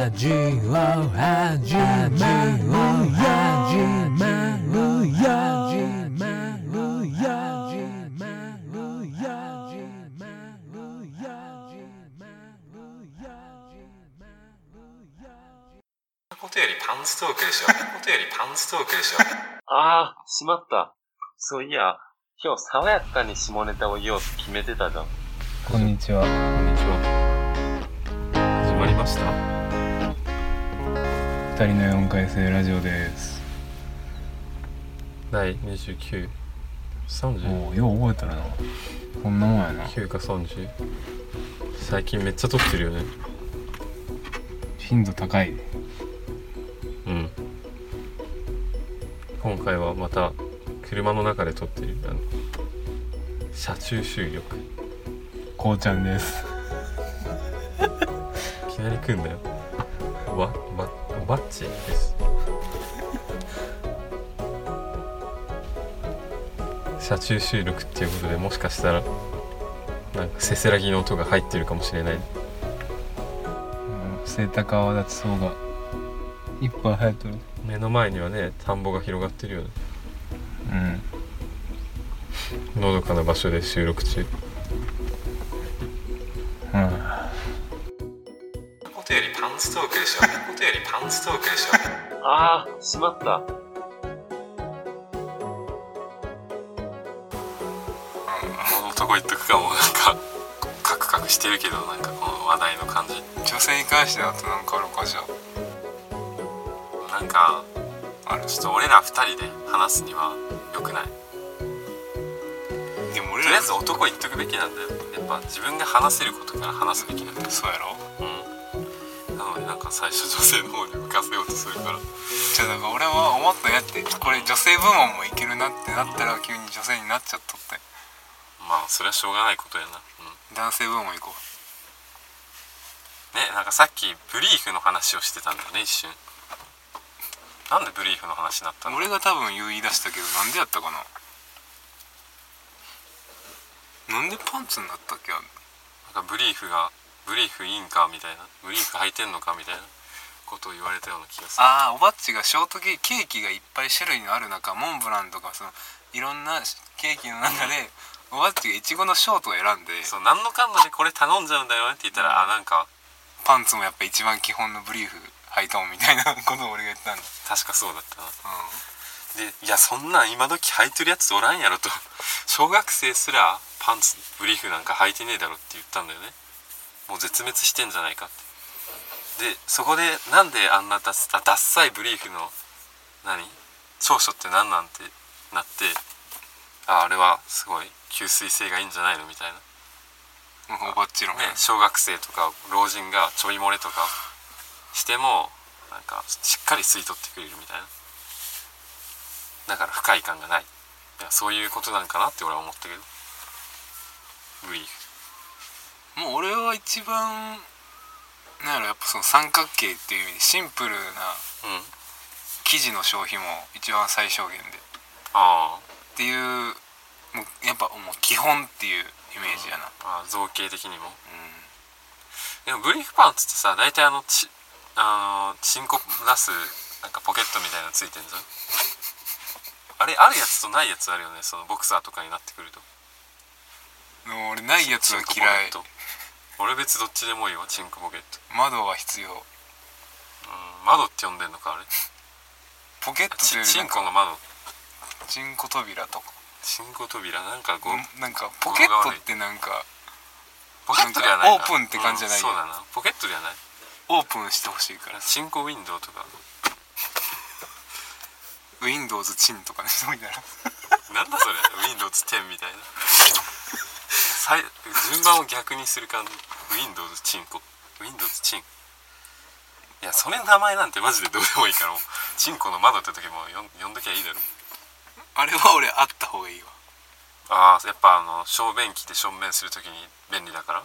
始まることよりパンツトークでしょ。 ああ、しまった。そういや、今日爽やかに下ネタを言おうと決めてたじゃん。 こんにちは。 始まりました。 二人の4回生ラジオです。 第29、30。 おお、よう覚えたらな。こんなもんやな。 9か30。最近めっちゃ撮ってるよね。 頻度高い。 うん。今回はまた車の中で撮ってる。車中収録。 こうちゃんです。 いきなり来んだよ。バッチです。車中収録っていうことで、もしかしたらなんかせせらぎの音が入ってるかもしれない。 セイタカアワダチソウがいっぱい生えとる。 目の前にはね、田んぼが広がってるよね。のどかな場所で収録中。ことよりパンツトークでしょ。 ああ、しまった。 どこ行っとくかもなんかカクカクしてるけど、なんかこの話題の感じ。 女性に関してだとなんかあるかじゃあ。 なんかちょっと俺ら2人で話すには良くない？ でもとりあえず男言っとくべきなんだよ。やっぱ自分が話せることから話すべきなんだよ。 そうやろ。 なのでなんか最初女性の方に向かせようとするから。 じゃあだから俺は思ったんやって、これ女性部門もいけるなってなったら急に女性になっちゃっとって。 まあそれはしょうがないことやな。 男性部門行こうね。なんかさっきブリーフの話をしてたんだよね、一瞬。なんでブリーフの話になったの？ 俺が多分言い出したけど、なんでやったかな。なんでパンツになったっけ。 なんかブリーフいいんかみたいな、ブリーフ履いてんのかみたいなことを言われたような気がする。 ああ、おばっちがショートケーキがいっぱい種類のある中、モンブランとかそのいろんなケーキの中で、おばっちがイチゴのショートを選んで、 そう何のかんのでこれ頼んじゃうんだよねって言ったら、なんかパンツもやっぱ一番基本のブリーフ履いたもんみたいなことを俺が言ったんだ。 確かそうだったな。で、いやそんなん今時履いてるやつおらんやろと。小学生すらパンツブリーフなんか履いてねえだろって言ったんだよね。もう絶滅してんじゃないかって。でそこでなんであんなダッサいブリーフの長所って何なんてなって、あれはすごい吸水性がいいんじゃないのみたいな。 おばっちのね、小学生とか老人がちょい漏れとかしてもなんかしっかり吸い取ってくれるみたいな。だから不快感がない。いやそういうことなんかなって俺は思ったけど。ブリーフもう俺は一番なんやろ、やっぱその三角形っていう意味でシンプルな生地の消費も一番最小限でっていう、もうやっぱもう基本っていうイメージやな。 造形的にも。でもブリーフパンツってさ、大体チンコ出すなんかポケットみたいなのついてんじゃん。あれあるやつとないやつあるよね、そのボクサーとかになってくると。 俺ないやつは嫌い。 俺別どっちでもいいわ、チンコポケット。 窓は必要。 窓って呼んでんのかあれ。 ポケットというよりチンコの窓。 チンコ扉とか。 チンコ扉なんかなんかポケットってなんかポケットではないな。 オープンって感じじゃないよ。 そうだな、ポケットではない。 オープンしてほしいから。 チンコウィンドウとか Windows チンとかね、そうみたいな。なんだそれWindows 10みたいな。順番を逆にする感じ。Windows チンコ Windows チン。いやそれ名前なんてマジでどうでもいいから、もうチンコの窓って時も呼んどきゃいいだろ。 あれは俺あった方がいいやわ。 っぱ小便器で小便する時に便利だから。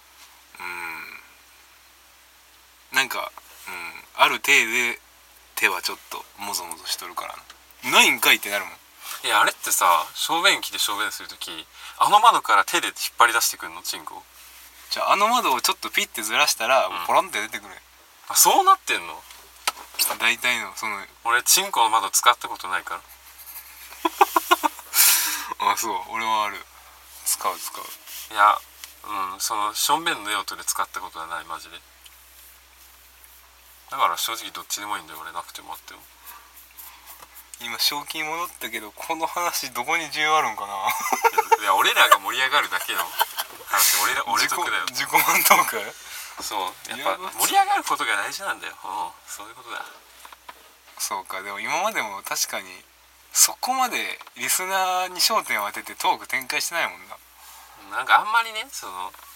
なんかある程度手はちょっともぞもぞしとるからな。ないんかいってなるもん。 いやあれってさ、小便器で小便する時窓から手で引っ張り出してくんのチンコ。 じゃあ窓をちょっとピッてずらしたらポロンって出てくる。 あ、そうなってんの？ 大体のその俺チンコの窓使ったことないからあ、そう、俺はある。使う。 いや、そのしょんべんの用途で使ったことはないマジで。だから正直どっちでもいいんだよ俺、なくてもあっても。 今正気に戻ったけど、この話どこに需要あるんかな。 いや俺らが盛り上がるだけの話。俺得だよ。 自己満トーク。 そうやっぱ盛り上がることが大事なんだよ。そういうことだ。 そうか。でも今までも確かにそこまでリスナーに焦点を当ててトーク展開してないもんな。 なんかあんまりね、その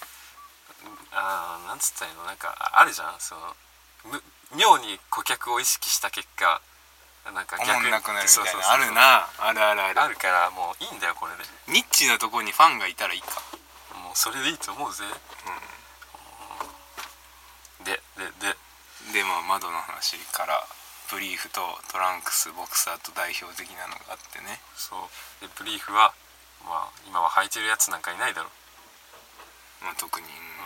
なんつったらいいの、なんかあるじゃん、その妙に顧客を意識した結果なんか逆になくなるみたいな。あるな。あるあるからもういいんだよこれで。 ニッチなとこにファンがいたらいいか。 もうそれでいいと思うぜ。 でまあ窓の話からブリーフとトランクス、ボクサーと代表的なのがあってね。 そうでブリーフはまあ今は履いてるやつなんかいないだろ。 まあ特に、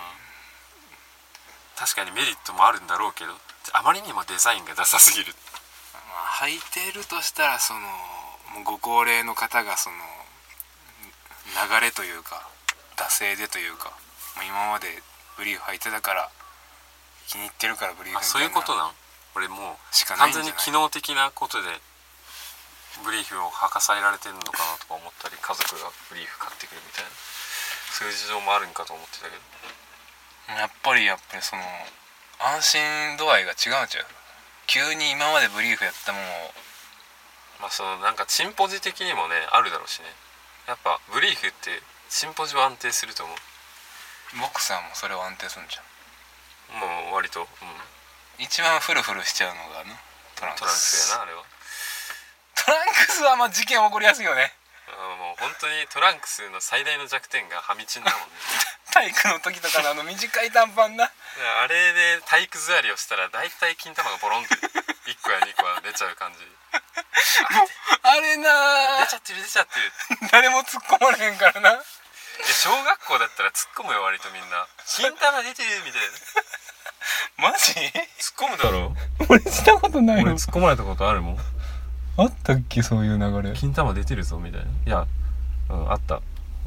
確かにメリットもあるんだろうけど、あまりにもデザインがダサすぎる。 まあ、履いてるとしたらそのもうご高齢の方がその流れというか惰性でというか、まあ、今までブリーフ履いてたから気に入ってるからブリーフみたいな。 そういうことなん。俺もう完全に機能的なことでブリーフを履かされられてるのかなとか思ったり、家族がブリーフ買ってくるみたいな、そういう事情もあるんかと思ってたけど、 やっぱりその安心度合いが違うんちゃう。急に今までブリーフやったもんを、 まあそのなんかチンポジ的にもねあるだろうしね。やっぱブリーフってチンポジは安定すると思う。 ボクサーもそれを安定するんじゃん。 もう割と、 一番フルフルしちゃうのがねトランクスやな。あれはトランクスはまあ事件起こりやすいよね。 もう本当にトランクスの最大の弱点がハミチンだもんね体育の時とかの短い短パンなあれで体育座りをしたら大体金玉がボロンって1個や2個は出ちゃう感じあれな出ちゃってる誰も突っ込まれへんからな。 いや小学校だったら突っ込むよ割とみんな。金玉出てるみたいな。 マジ？ 突っ込むだろ。 俺したことないよ。 俺突っ込まれたことあるもん。 あったっけそういう流れ。 金玉出てるぞみたいな。いや、あった。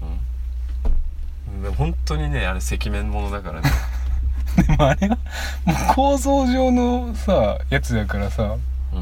でも本当にねあれ赤面ものだからねでもあれはもう構造上のさやつだからさ、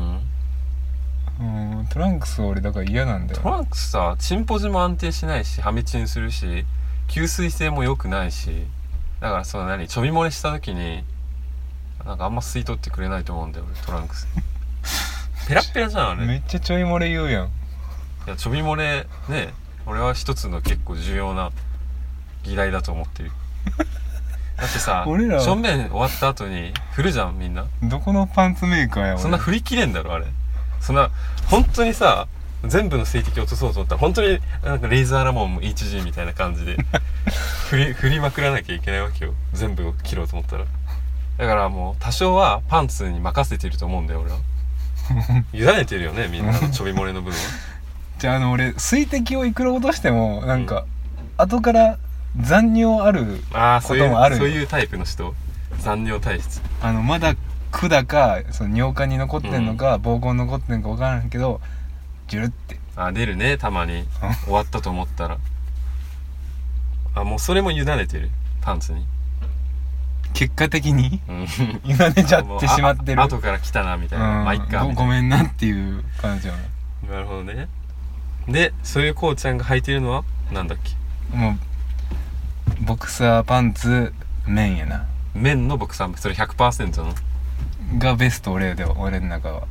トランクス俺だから嫌なんだよ。 トランクスさチンポジも安定しないしハミチンするし吸水性も良くないし、だからそのちょび漏れした時になんかあんま吸い取ってくれないと思うんだよ俺トランクスペラッペラじゃんあれ。 めっちゃちょい漏れ言うやん。 いやちょび漏れね俺は一つの結構重要な議題だと思ってるだってさ俺らしょんべん終わった後に振るじゃんみんな。 どこのパンツメーカーや。 そんな振り切れんだろあれ。そんな本当にさ全部の水滴落とそうと思ったら本当になんかレイザーラモン HG みたいな感じで振りまくらなきゃいけないわけよ全部を切ろうと思ったら。だからもう多少はパンツに任せてると思うんだよ俺は委ねてるよねみんなのちょび漏れの部分はじゃあ俺水滴をいくら落としてもなんか、後から残尿あることもある。 そういうタイプの人残尿体質。 まだ管かその尿管に残ってんのか、膀胱に残ってんのか分からんけどジュルって出るねたまに終わったと思ったらもうそれも委ねてるパンツに結果的に委ねちゃってしまってる。 後から来たなみたいな、まあいっかみたいな。 ごめんなっていう感じよね。 なるほどね。でそういうこうちゃんが履いてるのはなんだっけ。 もうボクサーパンツ綿やな。 綿のボクサーそれ 100% のがベスト俺の中は。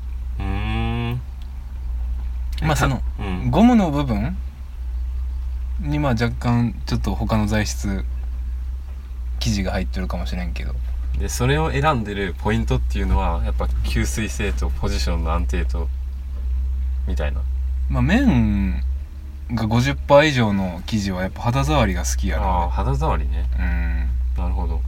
まあその、ゴムの部分にまあ若干ちょっと他の材質生地が入ってるかもしれんけど。 でそれを選んでるポイントっていうのはやっぱ吸水性とポジションの安定とみたいな。 まあ綿が 50% 以上の生地はやっぱ肌触りが好きやろ。 肌触りね。なるほど。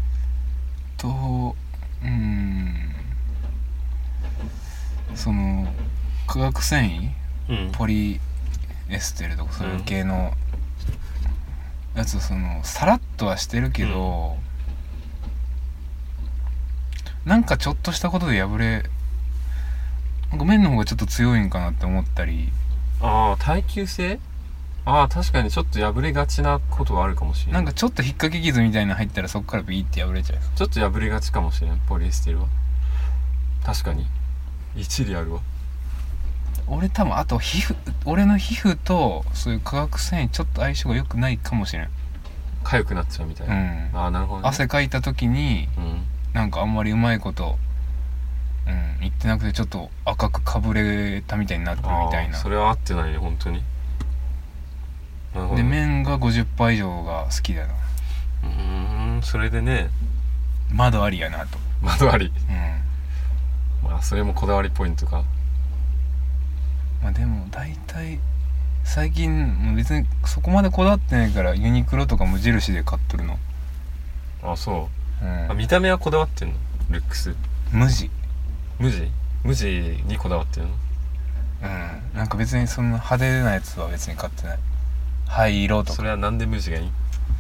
その化学繊維、ポリエステルとかそういう系のやつ、そのさらっとはしてるけど、 なんかちょっとしたことで破れ、なんか面の方がちょっと強いんかなって思ったり。 ああ、耐久性。ああ、確かにちょっと破れがちなことはあるかもしれない。 なんかちょっと引っ掛け傷みたいなの入ったらそこからビーって破れちゃう。 ちょっと破れがちかもしれん、ポリエステルは。確かに一理あるわ。 俺多分あと俺の皮膚とそういう化学繊維ちょっと相性が良くないかもしれん。 痒くなっちゃうみたいな。ああ、なるほどね。 汗かいた時に、なんかあんまりうまいこと言ってなくてちょっと赤くかぶれたみたいになってるみたいな。 それは合ってないね、本当に。 で面が 50% 以上が好きだな。 それでね、 窓ありやなと。 窓あり。まあそれもこだわりポイントか。 まあでも大体最近別にそこまでこだわってないからユニクロとか無印で買っとるの。 あ、そう。見た目はこだわってんの？ルックス。無地にこだわってるの？ なんか別にそんな派手なやつは別に買ってない。灰色とか。 それはなんで無地がいい？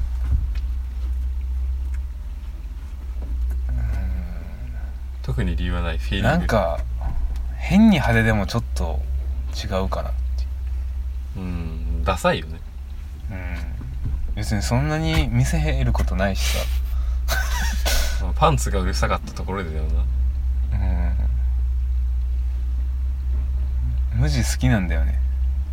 特に理由はない。フィーリング。 なんか変に派手でもちょっと違うかなって。 ダサいよね。 別にそんなに見せることないしさパンツがうるさかったところでだよな。 無地好きなんだよね。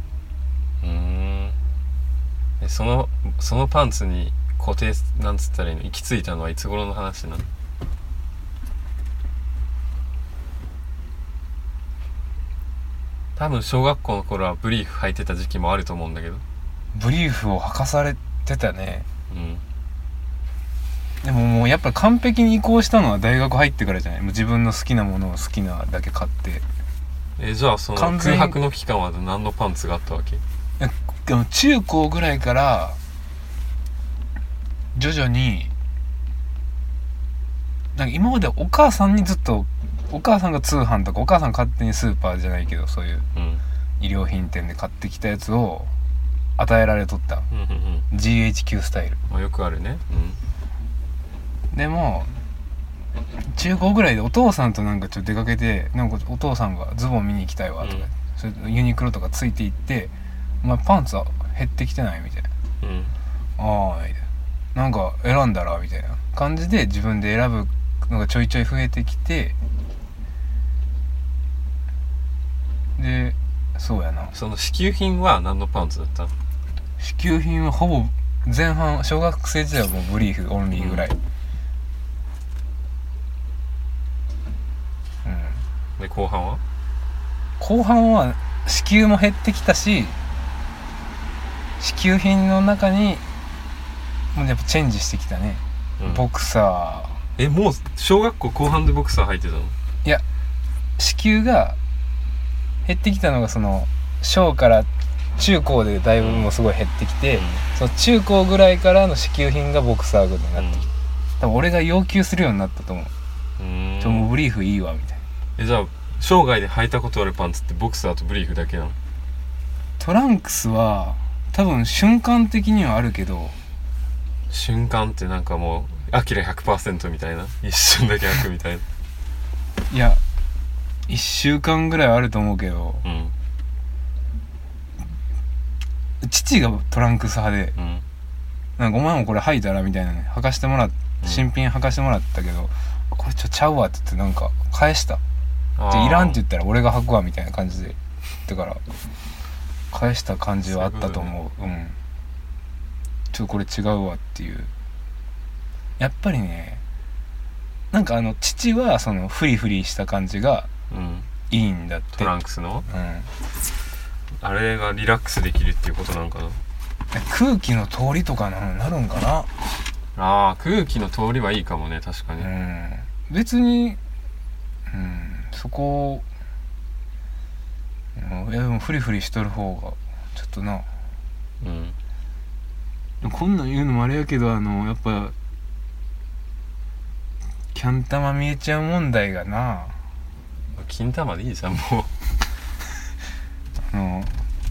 そのパンツに固定なんつったらいいの、行き着いたのはいつ頃の話なの？多分小学校の頃はブリーフ履いてた時期もあると思うんだけど。 ブリーフを履かされてたね。でももうやっぱり完璧に移行したのは大学入ってからじゃない？もう自分の好きなものを好きなだけ買って。 じゃあその空白の期間は何のパンツがあったわけ？ でも中高ぐらいから徐々になんか今までお母さんにずっと、お母さんが通販とかお母さん勝手にスーパーじゃないけどそういう衣料品店で買ってきたやつを与えられとった、GHQ スタイル。 よくあるね。 でも中高ぐらいでお父さんとなんかちょっと出かけて、なんかお父さんがズボン見に行きたいわとか、それユニクロとかついていって、お前パンツは減ってきてないみたいな、ああみたいな、なんか選んだらみたいな感じで自分で選ぶのがちょいちょい増えてきて、でそうやな。 その支給品は何のパンツだった？ 支給品はほぼ前半、小学生時代はもうブリーフオンリーぐらい、 で後半は支給も減ってきたし、支給品の中にもうやっぱチェンジしてきたね、ボクサー。もう小学校後半でボクサー履いてたの？ いや、支給が減ってきたのがその小から中高でだいぶもうすごい減ってきて、その中高ぐらいからの支給品がボクサーぐらいになってきた、多分俺が要求するようになったと思う。もうブリーフいいわみたいな。 じゃあ生涯で履いたことあるパンツってボクサーとブリーフだけなの？ トランクスは多分瞬間的にはあるけど、 瞬間ってなんかもうアキラ 100% みたいな、一瞬だけ履くみたいな。 いや1週間ぐらいはあると思うけど、父がトランクス派で、なんかお前もこれ履いたらみたいなね、履かしてもらって、新品履かしてもらったけど、これちゃうわって言ってなんか返した。いらんって言ったら俺が履くわみたいな感じでだから返した感じはあったと思う。ちょっとこれ違うわっていう。やっぱりね、なんか父はそのフリフリした感じがいいんだって、 トランクスの、あれがリラックスできるっていうことなんかな。 空気の通りとかなるんかな。空気の通りはいいかもね、確かに。 別にそこいやでもフリフリしとる方がちょっとな、こんなん言うのもあれやけど、やっぱキャン玉見えちゃう問題がな。 金玉でいいじゃんもう。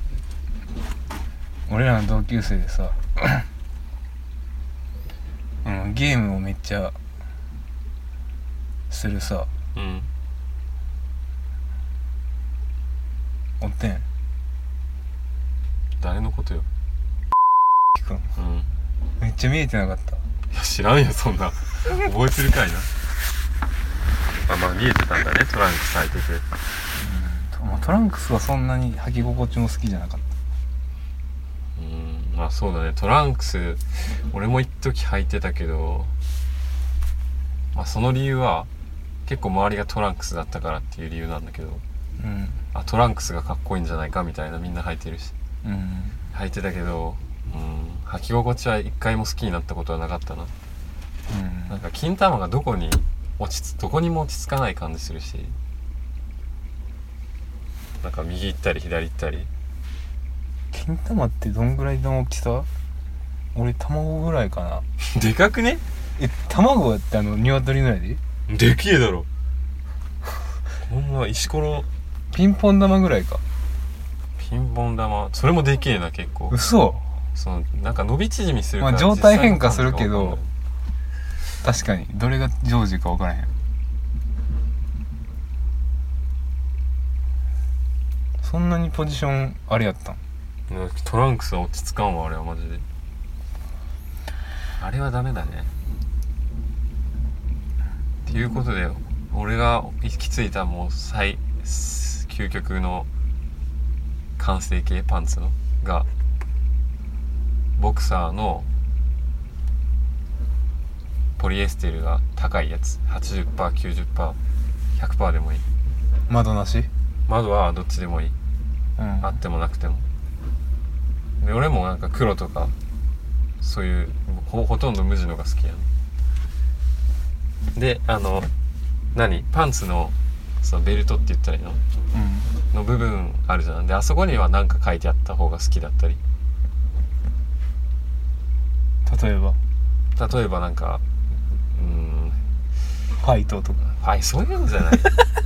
俺らの同級生でさゲームをめっちゃするさ、 うん、 おってん。 誰のことよ。 くん、 うん、 めっちゃ見えてなかった。 いや知らんよそんな覚えてるかいな。まあ見えてたんだね、トランクス履いてて。 トランクスはそんなに履き心地も好きじゃなかった。 まあそうだね、トランクス俺も一時履いてたけど、まあその理由は結構周りがトランクスだったからっていう理由なんだけど、トランクスがかっこいいんじゃないかみたいな、みんな履いてるし、履いてたけど、履き心地は一回も好きになったことはなかったな。なんか金玉がどこにも落ち着かない感じするし、なんか右行ったり左行ったり。 金玉ってどんぐらいの大きさ？俺卵ぐらいかな。 でかくね？ 卵って鶏ぐらいで？ でけえだろこんな石ころピンポン玉ぐらいか。 ピンポン玉、それもでけえな結構。 嘘？ なんか伸び縮みするから、 状態変化するけど、確かにどれが常時か分からへん。そんなにポジションあれやったん？ トランクスは落ち着かんわ、あれはマジで。あれはダメだね。っていうことで俺が行き着いたもう究極の完成形パンツのがボクサーのポリエステルが高いやつ、 80%、90%、100% でもいい。 窓なし？ 窓はどっちでもいい、あってもなくても。で俺もなんか黒とかそういうほとんど無地のが好きやね。でパンツのそのベルトって言ったらいいの、の部分あるじゃん。であそこには何か書いてあった方が好きだったり。例えばなんかファイトとか、 そういうのじゃない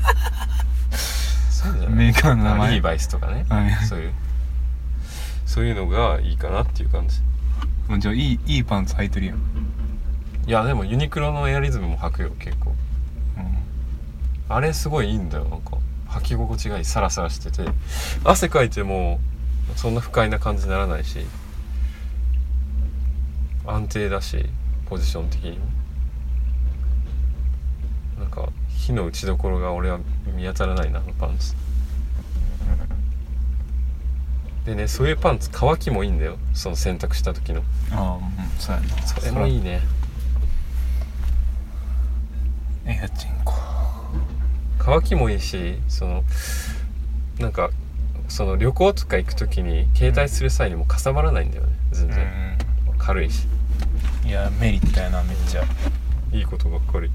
そういうのじゃない、 メーカーの名前、 リーバイスとかね、そういうのがいいかなっていう感じ。 じゃあいいパンツ履いてるやん。 いやでもユニクロのエアリズムも履くよ結構、あれすごいいいんだよ。なんか履き心地がいい、サラサラしてて汗かいてもそんな不快な感じにならないし、安定だしポジション的にもなんか火の打ちどころが俺は見当たらないな、あのパンツでね。そういうパンツ乾きもいいんだよ、その洗濯した時の。 そうやな。 それもいいね。 やっちんこ乾きもいいし、なんか旅行とか行く時に携帯する際にもかさばらないんだよね全然、軽いし。 いやメリットやな、めっちゃいいことばっかり。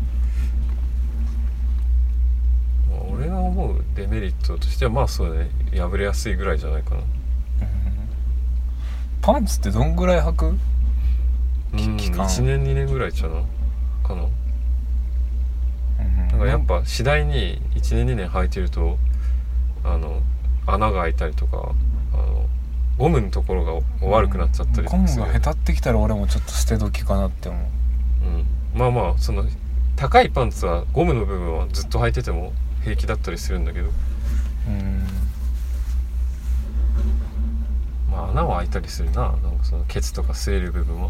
俺が思うデメリットとしてはまあそうだね、破れやすいぐらいじゃないかな。 パンツってどんぐらい履く？ 1年2年ぐらいかな。なんかやっぱ次第に1年2年履いてると穴が開いたりとかゴムのところが悪くなっちゃったりとかする。 ゴムが下手ってきたら俺もちょっと捨て時かなって思う。 まあまあ高いパンツはゴムの部分はずっと履いてても平気だったりするんだけど、まあ穴は開いたりするな。なんかケツとか吸える部分は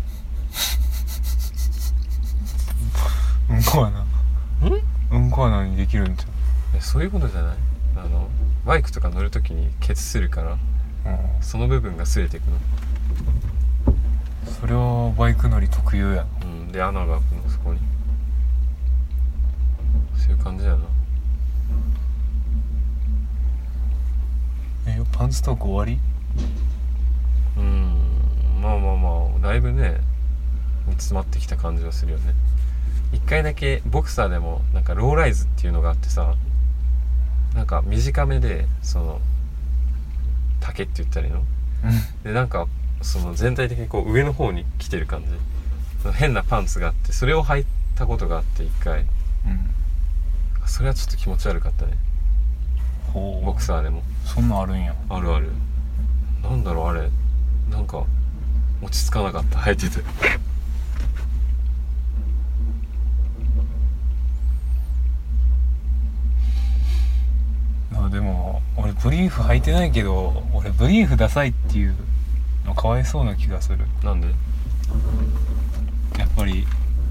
うんこはな。うんこは何にできるんじゃん。 そういうことじゃない。バイクとか乗るときにケツするから、その部分が擦れていくの。 それはバイク乗り特有や。 で穴が開くの、そこに。そういう感じやな。 パンツトーク終わり？ まあだいぶね煮詰まってきた感じはするよね。一回だけボクサーでもなんかローライズっていうのがあってさ、なんか短めで丈って言ったらいいの、でなんか全体的に上の方に来てる感じ、変なパンツがあって、それを履いたことがあって一回、それはちょっと気持ち悪かったね。ボクサーでもそんなんあるんや。 あるある。なんだろうあれ、なんか落ち着かなかった、履いてて。 ブリーフ履いてないけど俺ブリーフダサいっていうのかわいそうな気がする。 なんで？ やっぱり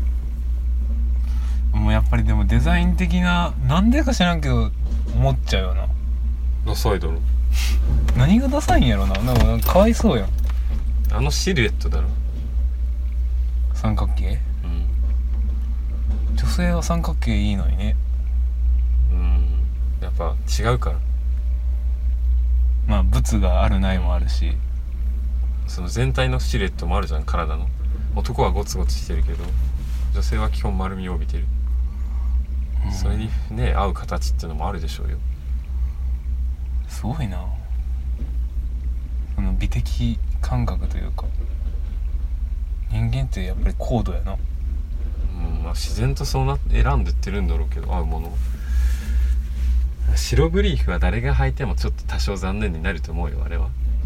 もうやっぱりでもデザイン的ななんでか知らんけど思っちゃうよな。 ダサいだろ。 何がダサいんやろな。なんかかわいそうやん。 あのシルエットだろ。 三角形？女性は三角形いいのにね。 やっぱ違うから。 まあ物があるないもあるし、 その全体のシルエットもあるじゃん、体の。男はゴツゴツしてるけど女性は基本丸みを帯びてる、それにね合う形っていうのもあるでしょうよ。 すごいな、その美的感覚というか。人間ってやっぱり高度やな。 まあ自然とそう選んでってるんだろうけど、合うものを。白ブリーフは誰が履いてもちょっと多少残念になると思うよ、あれは。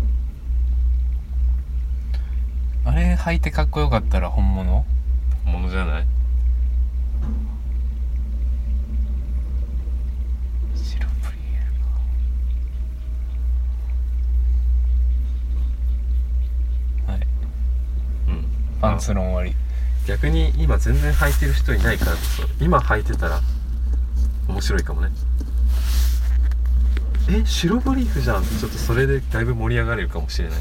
あれ履いてかっこよかったら本物じゃない？ 白ブリーフか。はい。パンツ論終わり。 逆に今全然履いてる人いないからこそ、今履いてたら面白いかもね。白ブリーフじゃんって、ちょっとそれでだいぶ盛り上がれるかもしれないね。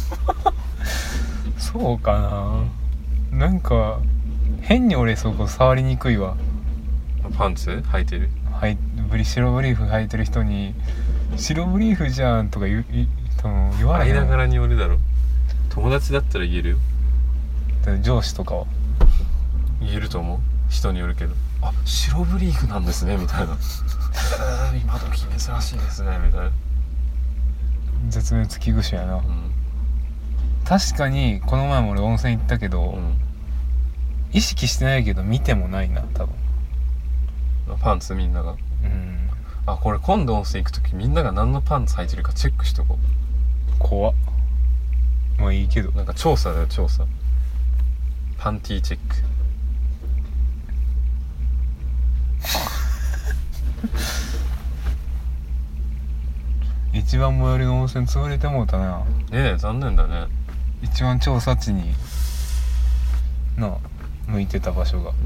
そうかな。なんか変に俺そこ触りにくいわ。 パンツ履いてる？ 白ブリーフ履いてる人に白ブリーフじゃんとか言われへん。 間柄によるだろ。友達だったら言えるよ。 上司とかは言えると思う。人によるけど、あ、白ブリーフなんですねみたいな今時珍しいですねみたいな。 絶滅危惧種やな、確かにこの前も俺温泉行ったけど、意識してないけど見てもないな多分。 パンツみんなが、あ、これ今度温泉行く時みんなが何のパンツ履いてるかチェックしとこう。 怖っ。まあいいけど、 なんか調査だよ、調査。パンティーチェック一番最寄りの温泉潰れてもうたな。 残念だね。 一番調査地に向いてた場所が、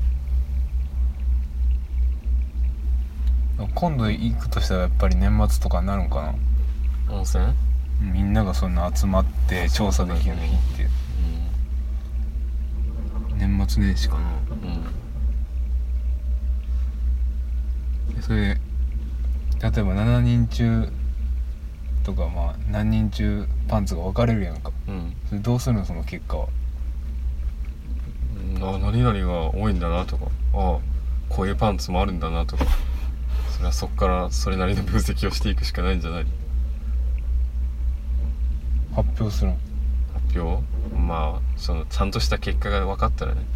今度行くとしたらやっぱり年末とかになるんかな。 温泉？ みんながそんな集まって調査できる日って、年末年始かな。それ例えば7人中とか、まあ何人中パンツが分かれるやんか、それどうするのその結果は。 何々が多いんだなとか、こういうパンツもあるんだなとか、それはそっからそれなりの分析をしていくしかないんじゃない？ 発表するの？ 発表？まあそのちゃんとした結果が分かったらね。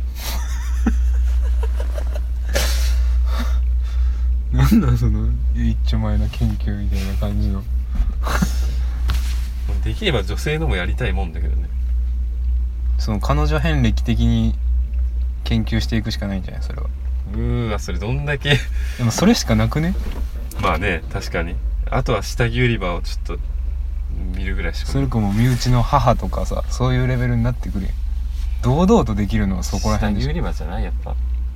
なんだその一丁前の研究みたいな感じの。 できれば女性のもやりたいもんだけどね。 その彼女遍歴的に研究していくしかないんじゃないそれは。 それどんだけでもそれしかなくね？ まあね、確かに。あとは下着売り場をちょっと見るぐらいしか。 それかもう身内の母とかさ、そういうレベルになってくるやん。堂々とできるのはそこら辺でしょ。 下着売り場じゃないやっぱ。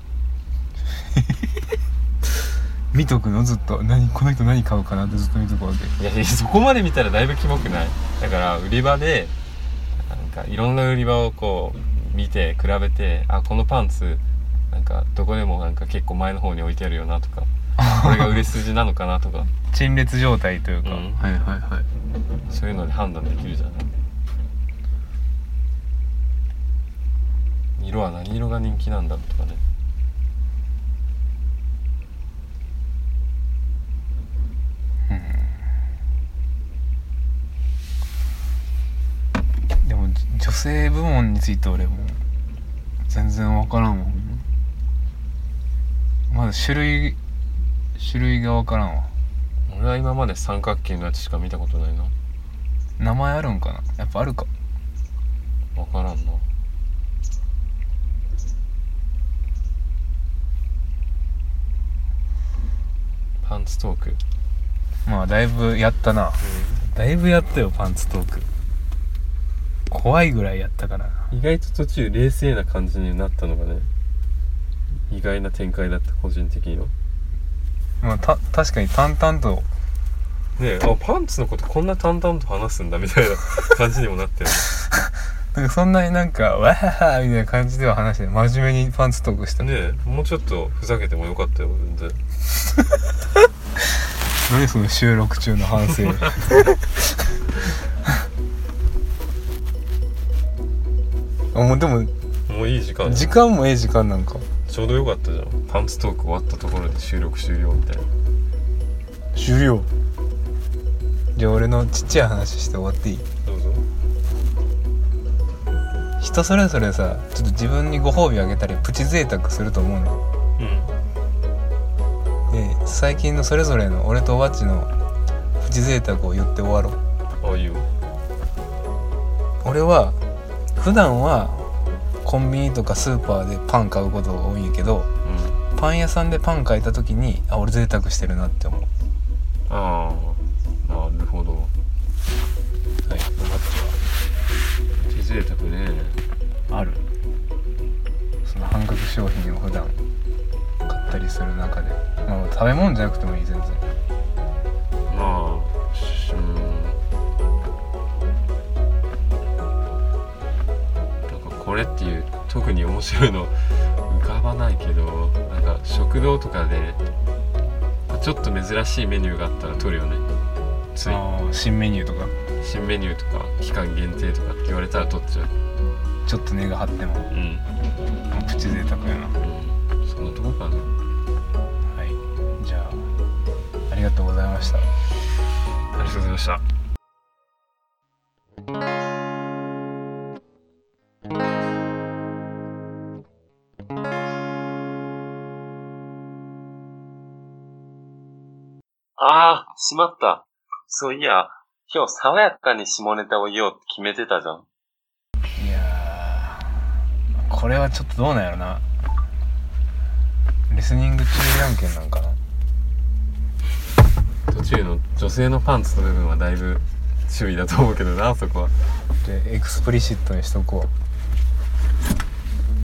見とくのずっと。この人何買うかなってずっと見とくわけ。 いやそこまで見たらだいぶキモくない？だから売り場でなんかいろんな売り場をこう見て比べて、このパンツなんかどこでもなんか結構前の方に置いてあるよなとかこれが売れ筋なのかなとか陳列状態というか、はいはいはい、 そういうので判断できるじゃない。色は何色が人気なんだろうとかね。 でも女性部門について俺も全然分からんもん。まだ種類が分からんわ。 俺は今まで三角形のやつしか見たことないな。 名前あるんかな。やっぱあるか。 分からんな。パンツトーク。 まあだいぶやったな、だいぶやったよパンツトーク。怖いぐらいやったかな。 意外と途中冷静な感じになったのがね、意外な展開だった、個人的には。 まあ確かに淡々とねえ、あ、パンツのことこんな淡々と話すんだみたいな感じにもなったよね。 なんかそんなになんかわははみたいな感じでは話して真面目にパンツトークしたねえ、もうちょっとふざけてもよかったよ全然。 何その収録中の反省。あ、もうでももういい時間。 時間もいい時間なんか。 ちょうどよかったじゃん。パンツトーク終わったところで収録終了みたいな。 終了。じゃあ俺のちっちゃい話して終わっていい？ どうぞ。 人それぞれさ、ちょっと自分にご褒美あげたりプチ贅沢すると思うの。で、最近のそれぞれの俺とおばっちのプチ贅沢を言って終わろう。 ああ、いいよ。 俺は普段はコンビニとかスーパーでパン買うことが多いんやけど、パン屋さんでパン買えた時に俺贅沢してるなって思う。 ああ、なるほど。はい、 おばっちはプチ贅沢ね。 ある？その半額商品を普段買ったりする中で、まあ食べ物じゃなくてもいい、全然。 まあ、なんかこれっていう特に面白いの浮かばないけど、なんか食堂とかでちょっと珍しいメニューがあったら取るよね。つい新メニューとか新メニューとか期間限定とかって言われたら取っちゃう。 ちょっと値が張っても、プチ贅沢やな。 そんなとこかな。 はい、じゃあありがとうございました。 ありがとうございました。 ああ、しまった。そういや、今日爽やかに下ネタを言おうって決めてたじゃん。 いやー、これはちょっとどうなんやろな。リスニング注意案件なんかな。 途中の女性のパンツの部分はだいぶ注意だと思うけどな、そこは。 でエクスプリシットにしとこう。